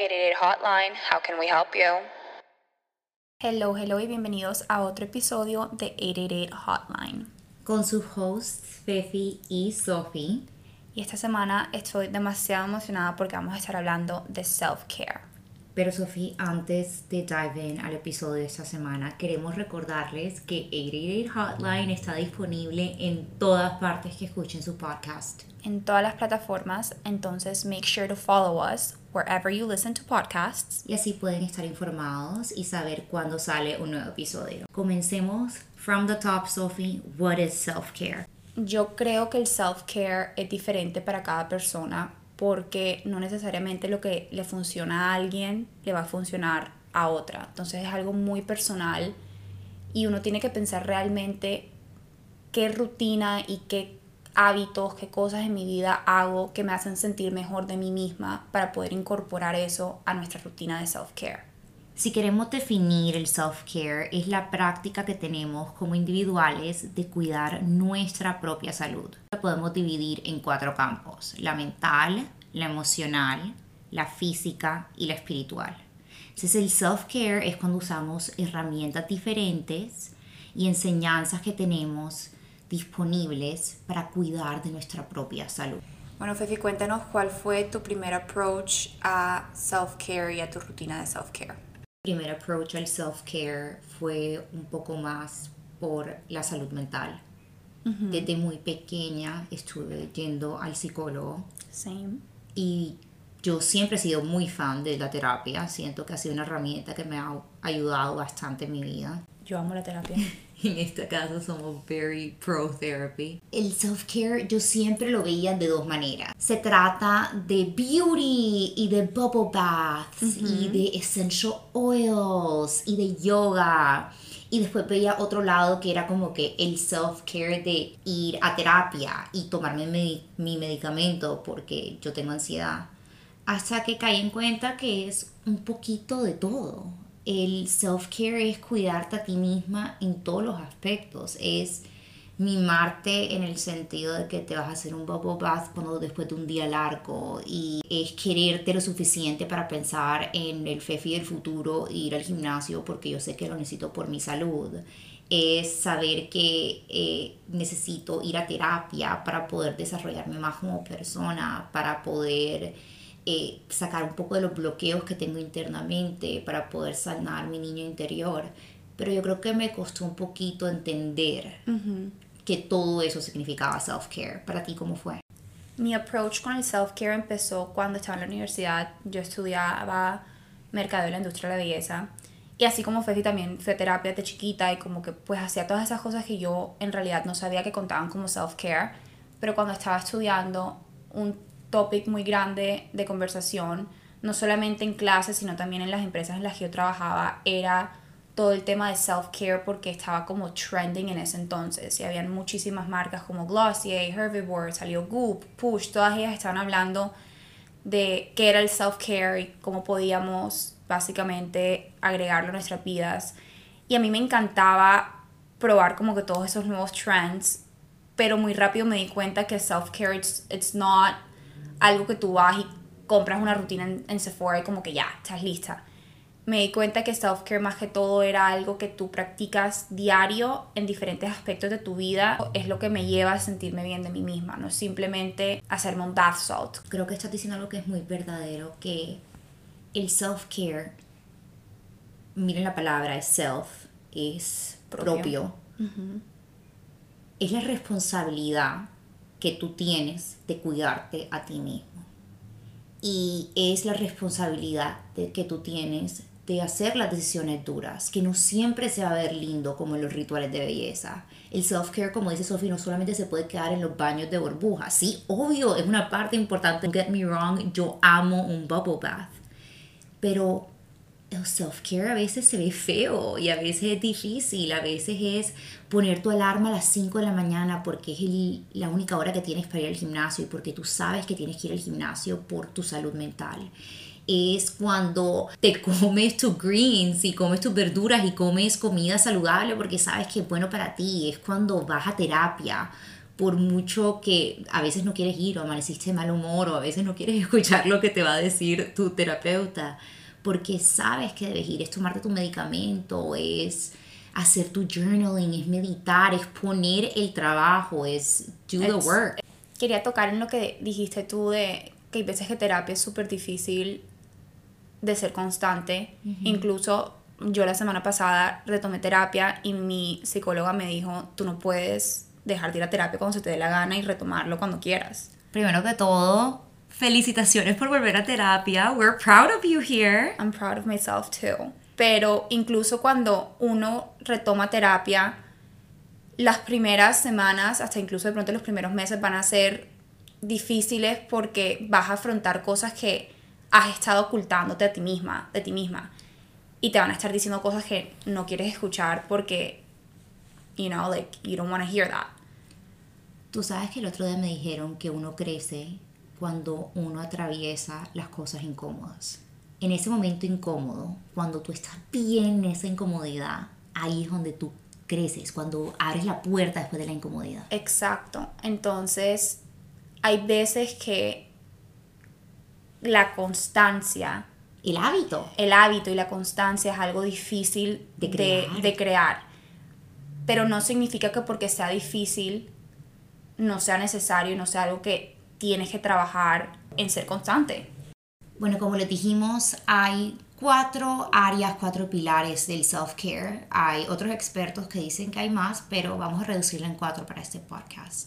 888 Hotline. How can we help you? Hello y bienvenidos a otro episodio de 888 Hotline. Con sus hosts Fefi y Sophie. Y esta semana estoy demasiado emocionada porque vamos a estar hablando de self-care. Pero Sophie, antes de dive in al episodio de esta semana, queremos recordarles que 888 Hotline está disponible en todas partes que escuchen su podcast. En todas las plataformas, entonces make sure to follow us wherever you listen to podcasts. Y así pueden estar informados y saber cuándo sale un nuevo episodio. Comencemos from the top, Sophie. What is self-care? Yo creo que el self-care es diferente para cada persona porque no necesariamente lo que le funciona a alguien le va a funcionar a otra. Entonces es algo muy personal y uno tiene que pensar realmente qué rutina y qué hábitos, qué cosas en mi vida hago que me hacen sentir mejor de mí misma para poder incorporar eso a nuestra rutina de self-care. Si queremos definir el self-care, es la práctica que tenemos como individuales de cuidar nuestra propia salud. La podemos dividir en 4 campos: la mental, la emocional, la física y la espiritual. Entonces el self-care es cuando usamos herramientas diferentes y enseñanzas que tenemos disponibles para cuidar de nuestra propia salud. Bueno, Fefi, cuéntanos cuál fue tu primer approach a self-care y a tu rutina de self-care. Mi primer approach al self-care fue un poco más por la salud mental. Desde muy pequeña estuve yendo al psicólogo. Same. Y yo siempre he sido muy fan de la terapia. Siento que ha sido una herramienta que me ha ayudado bastante en mi vida. Yo amo la terapia. En este caso somos very pro therapy. El self-care yo siempre lo veía de 2 maneras. Se trata de beauty y de bubble baths y de essential oils y de yoga. Y después veía otro lado que era como que el self-care de ir a terapia y tomarme mi medicamento porque yo tengo ansiedad. Hasta que caí en cuenta que es un poquito de todo. El self-care es cuidarte a ti misma en todos los aspectos. Es mimarte en el sentido de que te vas a hacer un bubble bath después de un día largo. Y es quererte lo suficiente para pensar en el Fefi del futuro e ir al gimnasio porque yo sé que lo necesito por mi salud. Es saber que necesito ir a terapia para poder desarrollarme más como persona, para poder sacar un poco de los bloqueos que tengo internamente, para poder sanar mi niño interior. Pero yo creo que me costó un poquito entender que todo eso significaba self-care. ¿Para ti cómo fue? Mi approach con el self-care empezó cuando estaba en la universidad. Yo estudiaba mercadeo de la industria de la belleza. Y así como Fefi también fui a terapia de chiquita y como que pues hacía todas esas cosas que yo en realidad no sabía que contaban como self-care. Pero cuando estaba estudiando, un topic muy grande de conversación, no solamente en clases, sino también en las empresas en las que yo trabajaba, era todo el tema de self-care porque estaba como trending en ese entonces. Y habían muchísimas marcas como Glossier, Herbivore, salió Goop, Push, todas ellas estaban hablando de qué era el self-care y cómo podíamos básicamente agregarlo a nuestras vidas. Y a mí me encantaba probar como que todos esos nuevos trends, pero muy rápido me di cuenta que self-care it's not algo que tú vas y compras una rutina en Sephora y como que ya, estás lista. Me di cuenta que self-care más que todo era algo que tú practicas diario en diferentes aspectos de tu vida. Es lo que me lleva a sentirme bien de mí misma, no simplemente hacerme un bath salt. Creo que estás diciendo algo que es muy verdadero, que el self-care, miren la palabra, es self, es propio. Es la responsabilidad que tú tienes de cuidarte a ti mismo. Y es la responsabilidad que tú tienes de hacer las decisiones duras, que no siempre se va a ver lindo como en los rituales de belleza. El self-care, como dice Sophie, no solamente se puede quedar en los baños de burbuja. Sí, obvio, es una parte importante. Don't get me wrong, yo amo un bubble bath. Pero el self-care a veces se ve feo y a veces es difícil. A veces es poner tu alarma a las 5 de la mañana porque es la única hora que tienes para ir al gimnasio y porque tú sabes que tienes que ir al gimnasio por tu salud mental. Es cuando te comes tus greens y comes tus verduras y comes comida saludable porque sabes que es bueno para ti. Es cuando vas a terapia, por mucho que a veces no quieres ir o amaneciste de mal humor o a veces no quieres escuchar lo que te va a decir tu terapeuta, porque sabes que debes ir, es tomarte tu medicamento, es hacer tu journaling, es meditar, es poner el trabajo, es do the work. Quería tocar en lo que dijiste tú de que hay veces que terapia es súper difícil de ser constante. Incluso yo la semana pasada retomé terapia y mi psicóloga me dijo, tú no puedes dejar de ir a terapia cuando se te dé la gana y retomarlo cuando quieras. Primero que todo, felicitaciones por volver a terapia. We're proud of you here. I'm proud of myself too. Pero incluso cuando uno retoma terapia, las primeras semanas, hasta incluso de pronto los primeros meses van a ser difíciles porque vas a afrontar cosas que has estado ocultándote a ti misma, de ti misma. Y te van a estar diciendo cosas que no quieres escuchar porque, you know, like, you don't want to hear that. Tú sabes que el otro día me dijeron que uno crece cuando uno atraviesa las cosas incómodas. En ese momento incómodo, cuando tú estás bien en esa incomodidad, ahí es donde tú creces, cuando abres la puerta después de la incomodidad. Exacto. Entonces, hay veces que la constancia, El hábito y la constancia es algo difícil de crear. Pero no significa que porque sea difícil no sea necesario y no sea algo que tienes que trabajar en ser constante. Bueno, como les dijimos, hay 4 áreas, 4 pilares del self-care. Hay otros expertos que dicen que hay más, pero vamos a reducirlo en 4 para este podcast.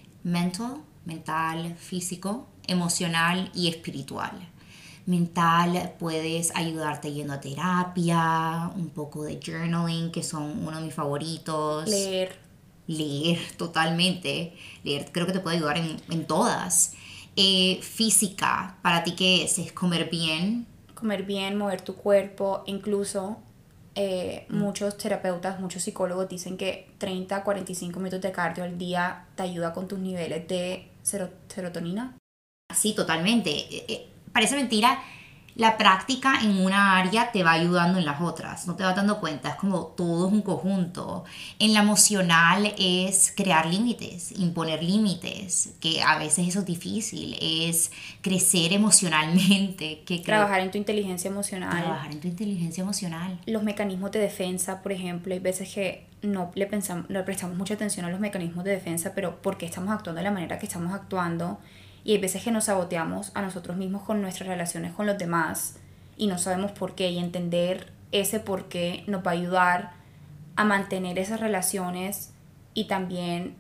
Mental, físico, emocional y espiritual. Mental, puedes ayudarte yendo a terapia, un poco de journaling, que son uno de mis favoritos. Leer, totalmente. Leer creo que te puede ayudar en todas. Física, ¿para ti qué es? ¿Es comer bien? Comer bien, mover tu cuerpo, incluso muchos terapeutas, muchos psicólogos dicen que 30 a 45 minutos de cardio al día te ayuda con tus niveles de serotonina. Sí, totalmente. Parece mentira. La práctica en una área te va ayudando en las otras, no te vas dando cuenta, es como todo es un conjunto. En la emocional es crear límites, imponer límites, que a veces eso es difícil, es crecer emocionalmente. Trabajar en tu inteligencia emocional. Trabajar en tu inteligencia emocional. Los mecanismos de defensa, por ejemplo, hay veces que no le prestamos mucha atención a los mecanismos de defensa, pero ¿por qué estamos actuando de la manera que estamos actuando? Y hay veces que nos saboteamos a nosotros mismos con nuestras relaciones con los demás y no sabemos por qué, y entender ese por qué nos va a ayudar a mantener esas relaciones y también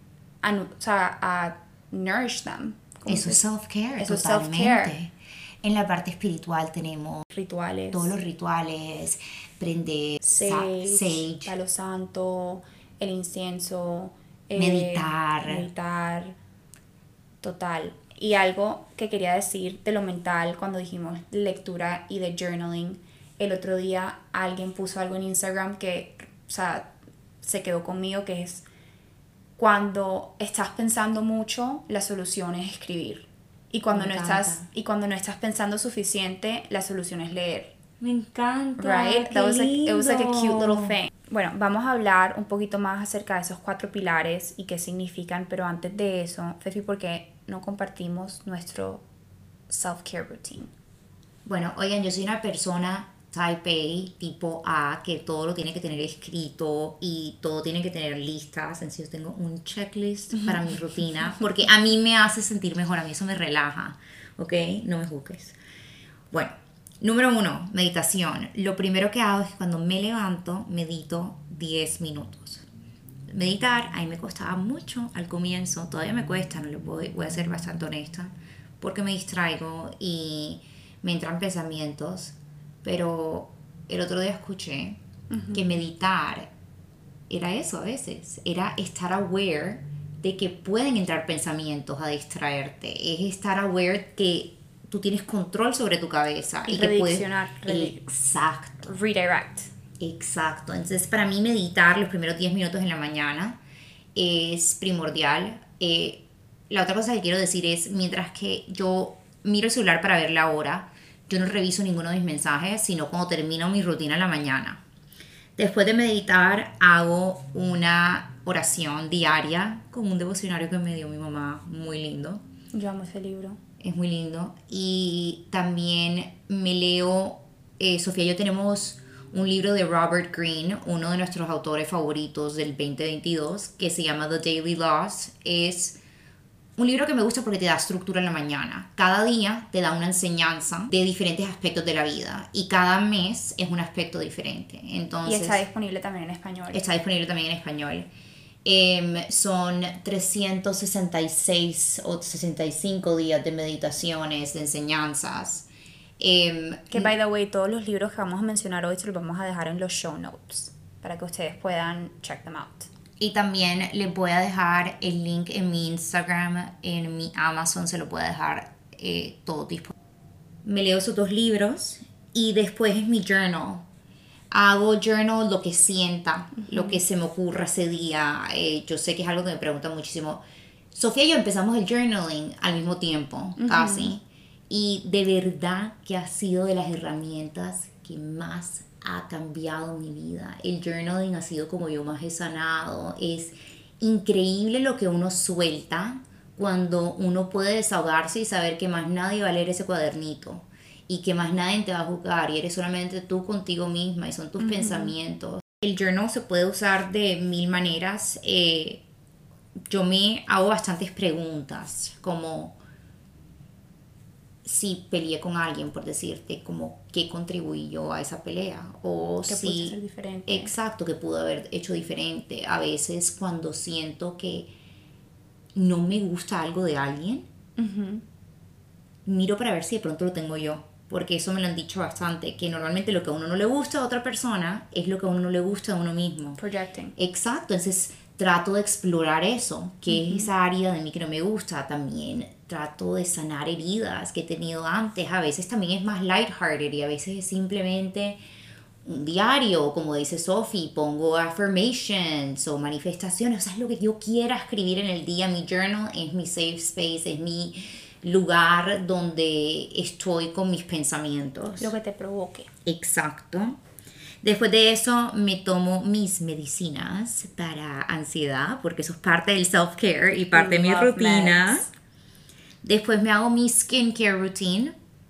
a nourish them. Eso es self-care, eso totalmente. Es self-care. En la parte espiritual tenemos rituales. Todos los rituales, prender sage, palo santo, el incienso, meditar. Total. Y algo que quería decir de lo mental cuando dijimos lectura y de journaling, el otro día alguien puso algo en Instagram que, se quedó conmigo, que es cuando estás pensando mucho, la solución es escribir. Y cuando no estás pensando suficiente, la solución es leer. Me encanta. Right? It was like a cute little thing. Bueno, vamos a hablar un poquito más acerca de esos 4 pilares y qué significan, pero antes de eso, Fefi, ¿por qué no compartimos nuestro self-care routine? Bueno, oigan, yo soy una persona type A, tipo A, que todo lo tiene que tener escrito y todo tiene que tener listas. En sí, yo tengo un checklist para mi rutina, porque a mí me hace sentir mejor, a mí eso me relaja, ¿ok? No me juzgues. Bueno, número 1, meditación. Lo primero que hago es que cuando me levanto, medito 10 minutos. Meditar, a mí me costaba mucho al comienzo, todavía me cuesta, no le voy a ser bastante honesta, porque me distraigo y me entran pensamientos, pero el otro día escuché que meditar era eso a veces, era estar aware de que pueden entrar pensamientos a distraerte, es estar aware que tú tienes control sobre tu cabeza y que puedes... Exacto. Redirect. Exacto. Entonces, para mí meditar los primeros 10 minutos en la mañana es primordial. La otra cosa que quiero decir es, mientras que yo miro el celular para ver la hora, yo no reviso ninguno de mis mensajes, sino cuando termino mi rutina en la mañana. Después de meditar, hago una oración diaria con un devocionario que me dio mi mamá, muy lindo. Yo amo ese libro. Es muy lindo. Y también me leo, Sofía y yo tenemos un libro de Robert Greene, uno de nuestros autores favoritos del 2022, que se llama The Daily Laws. Es un libro que me gusta porque te da estructura en la mañana. Cada día te da una enseñanza de diferentes aspectos de la vida y cada mes es un aspecto diferente. Entonces, Y está disponible también en español. Está disponible también en español. Son 366 o 65 días de meditaciones, de enseñanzas. Que, by the way, todos los libros que vamos a mencionar hoy se los vamos a dejar en los show notes para que ustedes puedan check them out. Y también les voy a dejar el link en mi Instagram, en mi Amazon, se lo voy a dejar todo disponible. Me leo esos 2 libros y después es mi journal. Hago journal lo que sienta, lo que se me ocurra ese día. Yo sé que es algo que me preguntan muchísimo. Sofía y yo empezamos el journaling al mismo tiempo, casi. Y de verdad que ha sido de las herramientas que más ha cambiado mi vida. El journaling ha sido como yo más he sanado. Es increíble lo que uno suelta cuando uno puede desahogarse y saber que más nadie va a leer ese cuadernito y que más nadie te va a juzgar y eres solamente tú contigo misma y son tus pensamientos. El journal se puede usar de 1000 maneras. Yo me hago bastantes preguntas, como si peleé con alguien, por decirte, como qué contribuí yo a esa pelea, o ¿Qué si pudiste hacer diferente? Exacto, que pude haber hecho diferente. A veces cuando siento que no me gusta algo de alguien, miro para ver si de pronto lo tengo yo, porque eso me lo han dicho bastante, que normalmente lo que a uno no le gusta a otra persona es lo que a uno no le gusta a uno mismo. Projecting. Exacto, entonces trato de explorar eso, que es esa área de mí que no me gusta. También trato de sanar heridas que he tenido antes. A veces también es más lighthearted y a veces es simplemente un diario, como dice Sophie, pongo affirmations o manifestaciones, o sea, es lo que yo quiera escribir en el día. Mi journal es mi safe space, es mi lugar donde estoy con mis pensamientos. Lo que te provoque. Exacto. Después de eso me tomo mis medicinas para ansiedad, porque eso es parte del self-care y parte de mi rutina. Meds. Después me hago mi skincare routine.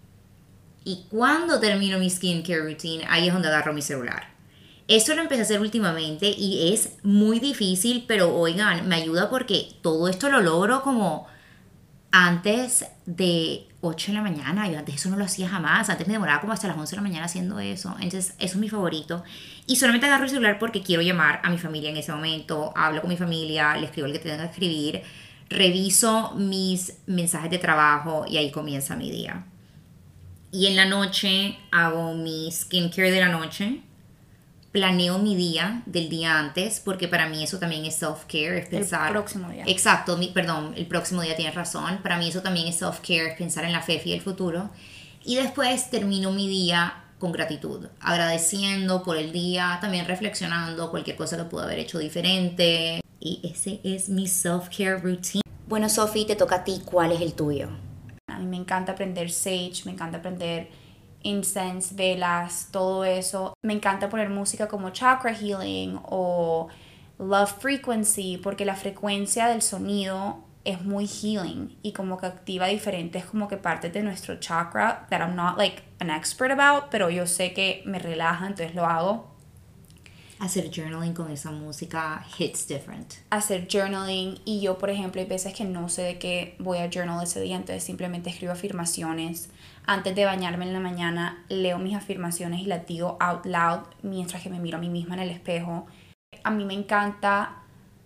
Y cuando termino mi skincare routine, ahí es donde agarro mi celular. Eso lo empecé a hacer últimamente y es muy difícil, pero oigan, me ayuda porque todo esto lo logro como antes de 8 de la mañana. Yo antes eso no lo hacía jamás. Antes me demoraba como hasta las 11 de la mañana haciendo eso. Entonces eso es mi favorito. Y solamente agarro el celular porque quiero llamar a mi familia en ese momento. Hablo con mi familia, le escribo el que tenga que escribir. Reviso mis mensajes de trabajo y ahí comienza mi día. Y en la noche hago mi skincare de la noche. Planeo mi día del día antes, porque para mí eso también es self-care, es pensar... El próximo día. Exacto, perdón, el próximo día tienes razón. Para mí eso también es self-care, es pensar en la fe y el futuro. Y después termino mi día con gratitud, agradeciendo por el día, también reflexionando cualquier cosa que pude haber hecho diferente. Y ese es mi self-care routine. Bueno, Sophie, te toca a ti. ¿Cuál es el tuyo? A mí me encanta aprender sage, me encanta aprender incense, velas, todo eso. Me encanta poner música como chakra healing o love frequency, porque la frecuencia del sonido es muy healing y como que activa diferentes como que partes de nuestro chakra that I'm not like an expert about, pero yo sé que me relaja, entonces lo hago. Hacer journaling con esa música hits different. Hacer journaling, y yo, por ejemplo, hay veces que no sé de qué voy a journal ese día, entonces simplemente escribo afirmaciones. Antes de bañarme en la mañana leo mis afirmaciones y las digo out loud mientras que me miro a mí misma en el espejo. A mí me encanta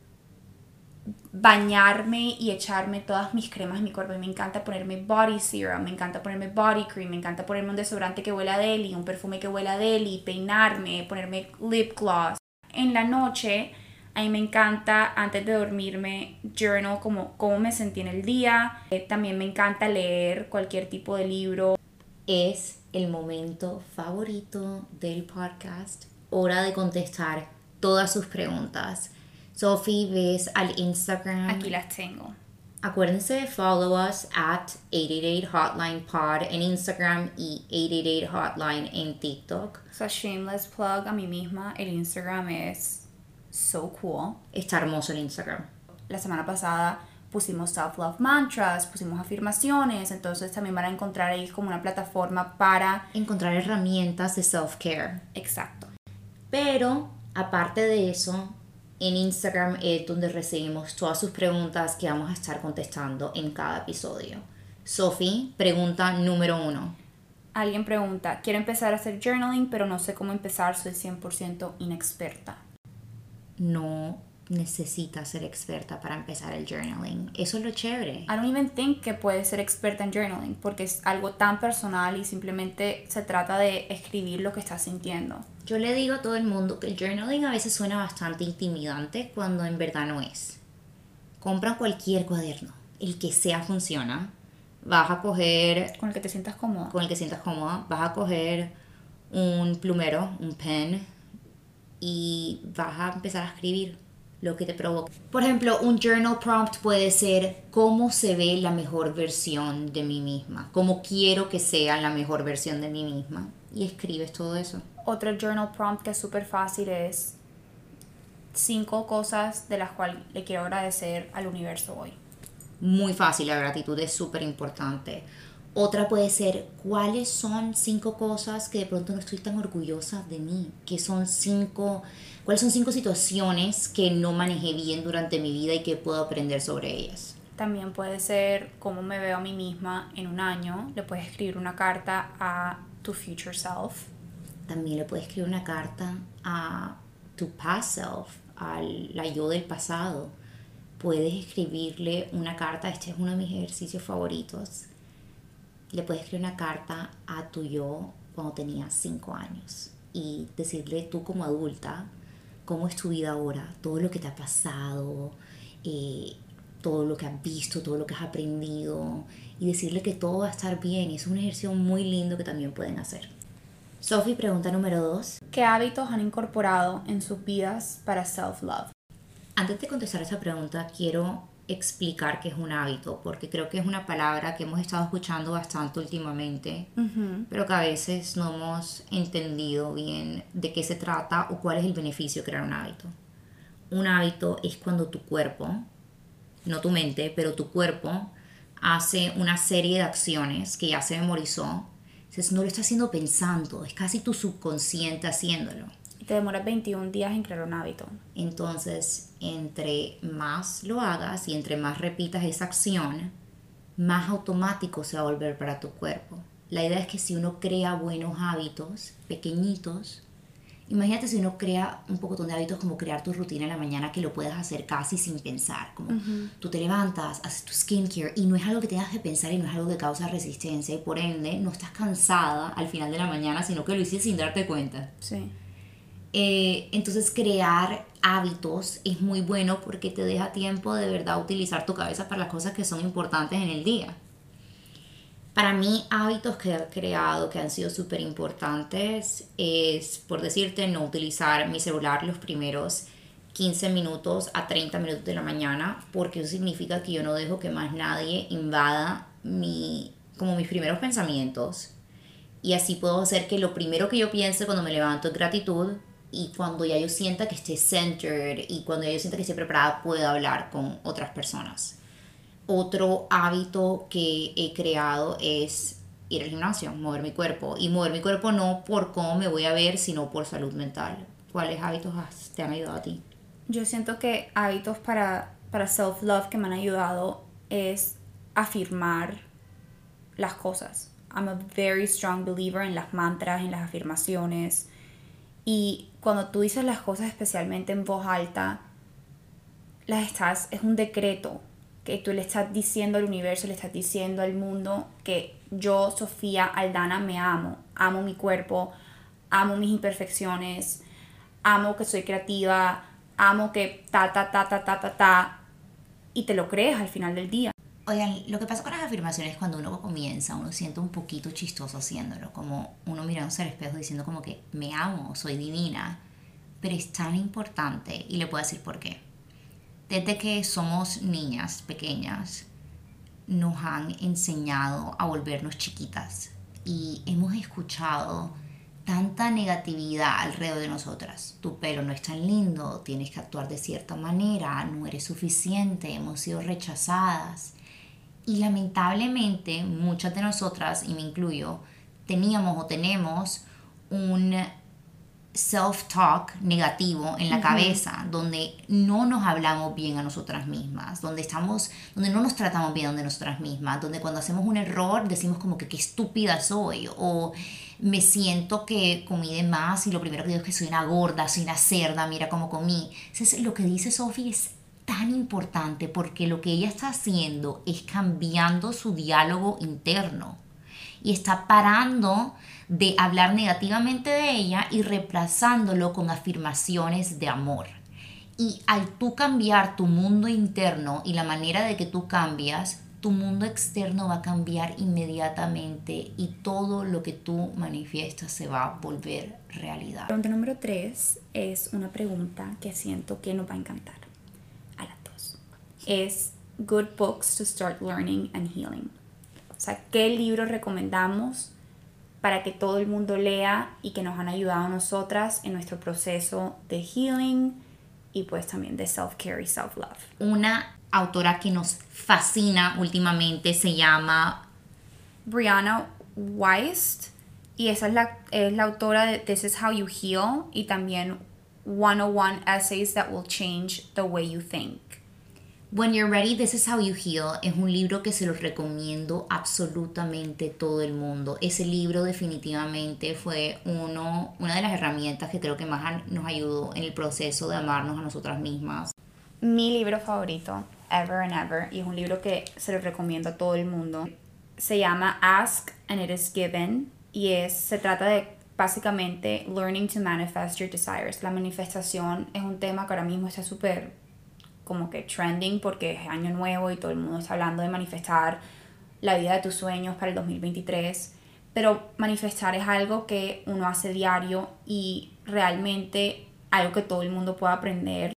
bañarme y echarme todas mis cremas en mi cuerpo. Me encanta ponerme body serum, me encanta ponerme body cream, me encanta ponerme un desodorante que huela a deli, un perfume que huela a deli, peinarme, ponerme lip gloss. En la noche, a mí me encanta, antes de dormirme, journal como cómo me sentí en el día. También me encanta leer cualquier tipo de libro. Es el momento favorito del podcast. Hora de contestar todas sus preguntas. Sophie, ves al Instagram. Aquí las tengo. Acuérdense de follow us at 888 Hotline Pod en Instagram y 888 Hotline en TikTok. So, shameless plug a mí misma. El Instagram es so cool. Está hermoso el Instagram. La semana pasada pusimos self-love mantras, pusimos afirmaciones, entonces también van a encontrar ahí como una plataforma para... Encontrar herramientas de self-care. Exacto. Pero, aparte de eso, en Instagram es donde recibimos todas sus preguntas que vamos a estar contestando en cada episodio. Sophie, pregunta número 1. Alguien pregunta, quiero empezar a hacer journaling, pero no sé cómo empezar, soy 100% inexperta. No necesitas ser experta para empezar el journaling. Eso es lo chévere. I don't even think que puedes ser experta en journaling, porque es algo tan personal y simplemente se trata de escribir lo que estás sintiendo. Yo le digo a todo el mundo que el journaling a veces suena bastante intimidante cuando en verdad no es. Compra cualquier cuaderno, el que sea funciona. Vas a coger, Con el que te sientas cómoda. con el que sientas cómoda, vas a coger un plumero, un pen, y vas a empezar a escribir lo que te provoque. Por ejemplo, un journal prompt puede ser cómo se ve la mejor versión de mí misma, cómo quiero que sea la mejor versión de mí misma, y escribes todo eso. Otro journal prompt que es súper fácil es 5 cosas de las cuales le quiero agradecer al universo hoy. Muy fácil, la gratitud es súper importante. Otra puede ser, ¿cuáles son 5 cosas que de pronto no estoy tan orgullosa de mí? ¿Cuáles son 5 situaciones que no manejé bien durante mi vida y que puedo aprender sobre ellas? También puede ser cómo me veo a mí misma en un año. Le puedes escribir una carta a tu future self. También le puedes escribir una carta a tu past self, a la yo del pasado. Puedes escribirle una carta, este es uno de mis ejercicios favoritos. Le puedes escribir una carta a tu yo cuando tenías 5 años y decirle tú como adulta cómo es tu vida ahora, todo lo que te ha pasado, todo lo que has visto, todo lo que has aprendido, y decirle que todo va a estar bien. Es un ejercicio muy lindo que también pueden hacer. Sophie, pregunta número 2. ¿Qué hábitos han incorporado en sus vidas para self-love? Antes de contestar esa pregunta, quiero explicar qué es un hábito, porque creo que es una palabra que hemos estado escuchando bastante últimamente, pero que a veces no hemos entendido bien de qué se trata o cuál es el beneficio de crear un hábito. Un hábito es cuando tu cuerpo, no tu mente, pero tu cuerpo hace una serie de acciones que ya se memorizó. Entonces no lo está haciendo pensando, es casi tu subconsciente haciéndolo. Te demoras 21 días en crear un hábito. Entonces, entre más lo hagas y entre más repitas esa acción, más automático se va a volver para tu cuerpo. La idea es que si uno crea buenos hábitos pequeñitos, imagínate si uno crea un poco de hábitos como crear tu rutina en la mañana, que lo puedes hacer casi sin pensar, como tú te levantas, haces tu skincare y no es algo que tengas que pensar y no es algo que causa resistencia y por ende no estás cansada al final de la mañana, sino que lo hiciste sin darte cuenta. Sí. Entonces crear hábitos es muy bueno porque te deja tiempo de verdad utilizar tu cabeza para las cosas que son importantes en el día. Para mí, hábitos que he creado que han sido súper importantes es, por decirte, no utilizar mi celular los primeros 15 minutos a 30 minutos de la mañana, porque eso significa que yo no dejo que más nadie invada como mis primeros pensamientos, y así puedo hacer que lo primero que yo piense cuando me levanto es gratitud, y cuando ya yo sienta que esté centered y cuando ya yo sienta que esté preparada, puedo hablar con otras personas. Otro hábito que he creado es ir al gimnasio, mover mi cuerpo. Y mover mi cuerpo no por cómo me voy a ver, sino por salud mental. ¿Cuáles hábitos te han ayudado a ti? Yo siento que hábitos para self-love que me han ayudado es afirmar las cosas. I'm a very strong believer en las mantras, en las afirmaciones. Y cuando tú dices las cosas especialmente en voz alta, es un decreto que tú le estás diciendo al universo, le estás diciendo al mundo que yo, Sofía Aldana, me amo. Amo mi cuerpo, amo mis imperfecciones, amo que soy creativa, amo que y te lo crees al final del día. Oigan, lo que pasa con las afirmaciones es cuando uno comienza, uno siente un poquito chistoso haciéndolo, como uno mirándose al espejo diciendo como que me amo, soy divina, pero es tan importante y le puedo decir por qué. Desde que somos niñas pequeñas, nos han enseñado a volvernos chiquitas y hemos escuchado tanta negatividad alrededor de nosotras. Tu pelo no es tan lindo, tienes que actuar de cierta manera, no eres suficiente, hemos sido rechazadas. Y lamentablemente muchas de nosotras, y me incluyo, teníamos o tenemos un self-talk negativo en la cabeza, donde no nos hablamos bien a nosotras mismas, donde no nos tratamos bien de nosotras mismas, donde cuando hacemos un error decimos como que qué estúpida soy, o me siento que comí de más y lo primero que digo es que soy una gorda, soy una cerda, mira cómo comí. Entonces, lo que dice Sophie es tan importante porque lo que ella está haciendo es cambiando su diálogo interno y está parando de hablar negativamente de ella y reemplazándolo con afirmaciones de amor. Y al tú cambiar tu mundo interno y la manera de que tú cambias, tu mundo externo va a cambiar inmediatamente y todo lo que tú manifiestas se va a volver realidad. Pregunta número 3 es una pregunta que siento que nos va a encantar a las dos. Es good books to start learning and healing. O sea, ¿qué libros recomendamos para que todo el mundo lea y que nos han ayudado a nosotras en nuestro proceso de healing y pues también de self-care y self-love? Una autora que nos fascina últimamente se llama Brianna Wiest y esa es la autora de This is How You Heal y también 101 Essays That Will Change the Way You Think. When You're Ready, This is How You Heal es un libro que se los recomiendo absolutamente todo el mundo. Ese libro definitivamente fue una de las herramientas que creo que más nos ayudó en el proceso de amarnos a nosotras mismas. Mi libro favorito, Ever and Ever, y es un libro que se lo recomiendo a todo el mundo. Se llama Ask and It Is Given y se trata de básicamente learning to manifest your desires. La manifestación es un tema que ahora mismo está súper como que trending porque es año nuevo y todo el mundo está hablando de manifestar la vida de tus sueños para el 2023, pero manifestar es algo que uno hace diario y realmente algo que todo el mundo puede aprender.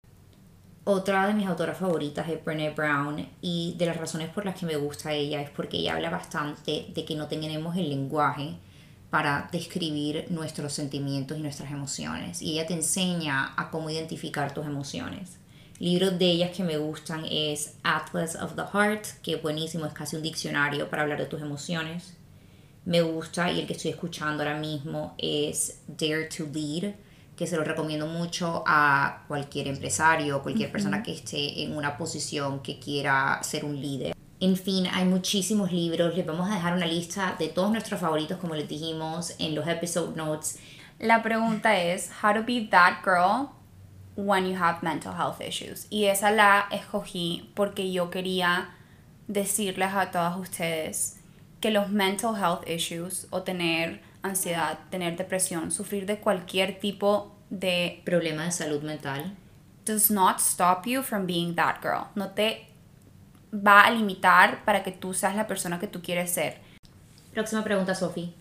Otra de mis autoras favoritas es Brené Brown y de las razones por las que me gusta ella es porque ella habla bastante de que no tenemos el lenguaje para describir nuestros sentimientos y nuestras emociones y ella te enseña a cómo identificar tus emociones. Libros de ellas que me gustan es Atlas of the Heart, que es buenísimo, es casi un diccionario para hablar de tus emociones. Me gusta y el que estoy escuchando ahora mismo es Dare to Lead, que se lo recomiendo mucho a cualquier empresario, cualquier persona que esté en una posición que quiera ser un líder. En fin, hay muchísimos libros. Les vamos a dejar una lista de todos nuestros favoritos, como les dijimos, en los episode notes. La pregunta es, how to be that girl when you have mental health issues. Y esa la escogí porque yo quería decirles a todas ustedes que los mental health issues o tener ansiedad, tener depresión, sufrir de cualquier tipo de problema de salud mental does not stop you from being that girl. No te va a limitar para que tú seas la persona que tú quieres ser. Próxima pregunta, Sophie.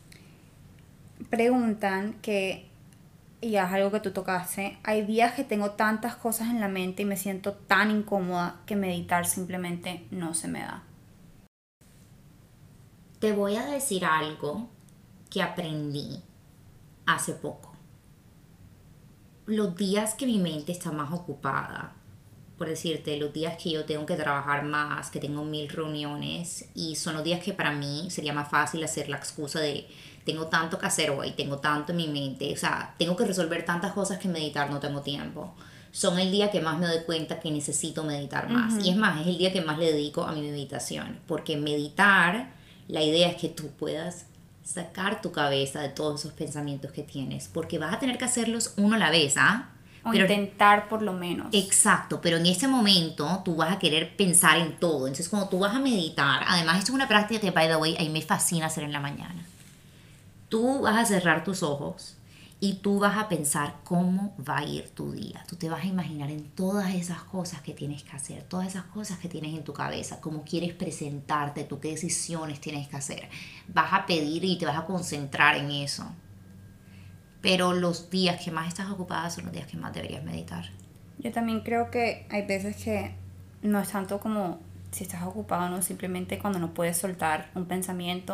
Preguntan que, y es algo que tú tocaste, hay días que tengo tantas cosas en la mente y me siento tan incómoda que meditar simplemente no se me da. Te voy a decir algo que aprendí hace poco. Los días que mi mente está más ocupada, por decirte, los días que yo tengo que trabajar más, que tengo 1000 reuniones, y son los días que para mí sería más fácil hacer la excusa de tengo tanto que hacer hoy, tengo tanto en mi mente, o sea, tengo que resolver tantas cosas que meditar no tengo tiempo. Son el día que más me doy cuenta que necesito meditar más. Y es más, es el día que más le dedico a mi meditación. Porque meditar, la idea es que tú puedas sacar tu cabeza de todos esos pensamientos que tienes. Porque vas a tener que hacerlos uno a la vez, ¿ah? O pero, intentar por lo menos. Exacto, pero en ese momento tú vas a querer pensar en todo. Entonces cuando tú vas a meditar, además esto es una práctica que, by the way, a mí me fascina hacer en la mañana. Tú vas a cerrar tus ojos y tú vas a pensar cómo va a ir tu día. Tú te vas a imaginar en todas esas cosas que tienes que hacer, todas esas cosas que tienes en tu cabeza, cómo quieres presentarte, tú qué decisiones tienes que hacer. Vas a pedir y te vas a concentrar en eso. Pero los días que más estás ocupada son los días que más deberías meditar. Yo también creo que hay veces que no es tanto como si estás ocupado o no, simplemente cuando no puedes soltar un pensamiento,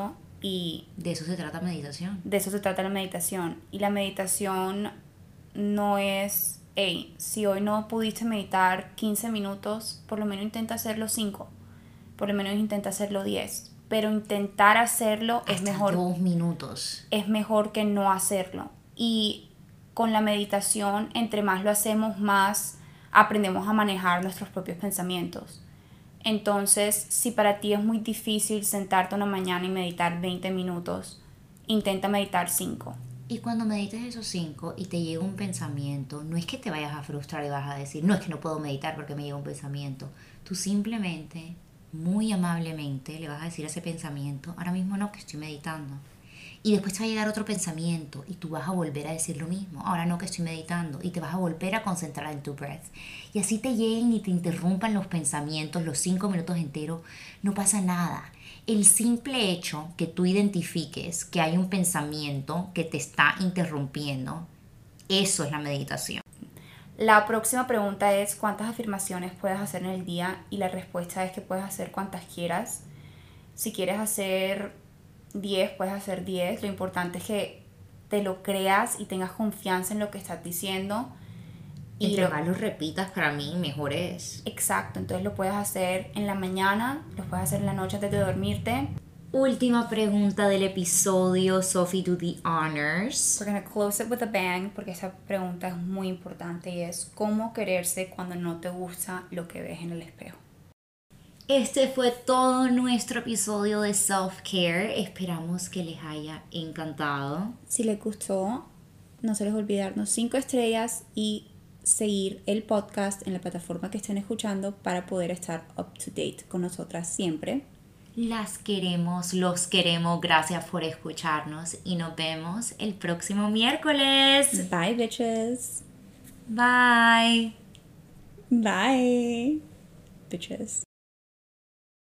Y de eso se trata meditación. de eso se trata la meditación. Y la meditación no es, hey, si hoy no pudiste meditar 15 minutos, por lo menos intenta hacerlo 5, por lo menos intenta hacerlo 10. Pero intentar hacerlo es Hasta mejor. 2 minutos. Es mejor que no hacerlo. Y con la meditación, entre más lo hacemos, más aprendemos a manejar nuestros propios pensamientos. Entonces, si para ti es muy difícil sentarte una mañana y meditar 20 minutos, intenta meditar 5. Y cuando medites esos 5 y te llega un pensamiento, no es que te vayas a frustrar y vas a decir, no, es que no puedo meditar porque me llega un pensamiento. Tú simplemente, muy amablemente, le vas a decir a ese pensamiento, ahora mismo no, que estoy meditando. Y después te va a llegar otro pensamiento y tú vas a volver a decir lo mismo. Ahora no, que estoy meditando. Y te vas a volver a concentrar en tu breath. Y así te lleguen y te interrumpan los pensamientos los 5 minutos enteros. No pasa nada. El simple hecho que tú identifiques que hay un pensamiento que te está interrumpiendo, eso es la meditación. La próxima pregunta es ¿cuántas afirmaciones puedes hacer en el día? Y la respuesta es que puedes hacer cuantas quieras. Si quieres hacer 10, puedes hacer 10. Lo importante es que te lo creas y tengas confianza en lo que estás diciendo. Y Entre más lo repitas, para mí, mejor es. Exacto, entonces lo puedes hacer en la mañana, lo puedes hacer en la noche antes de dormirte. Última pregunta del episodio, Sophie, do the honors. We're gonna close it with a bang porque esa pregunta es muy importante y es ¿cómo quererse cuando no te gusta lo que ves en el espejo? Este fue todo nuestro episodio de Self-Care. Esperamos que les haya encantado. Si les gustó, no se les olvide darnos 5 estrellas y seguir el podcast en la plataforma que estén escuchando para poder estar up to date con nosotras siempre. Las queremos, los queremos. Gracias por escucharnos y nos vemos el próximo miércoles. Bye, bitches. Bye. Bye, bitches.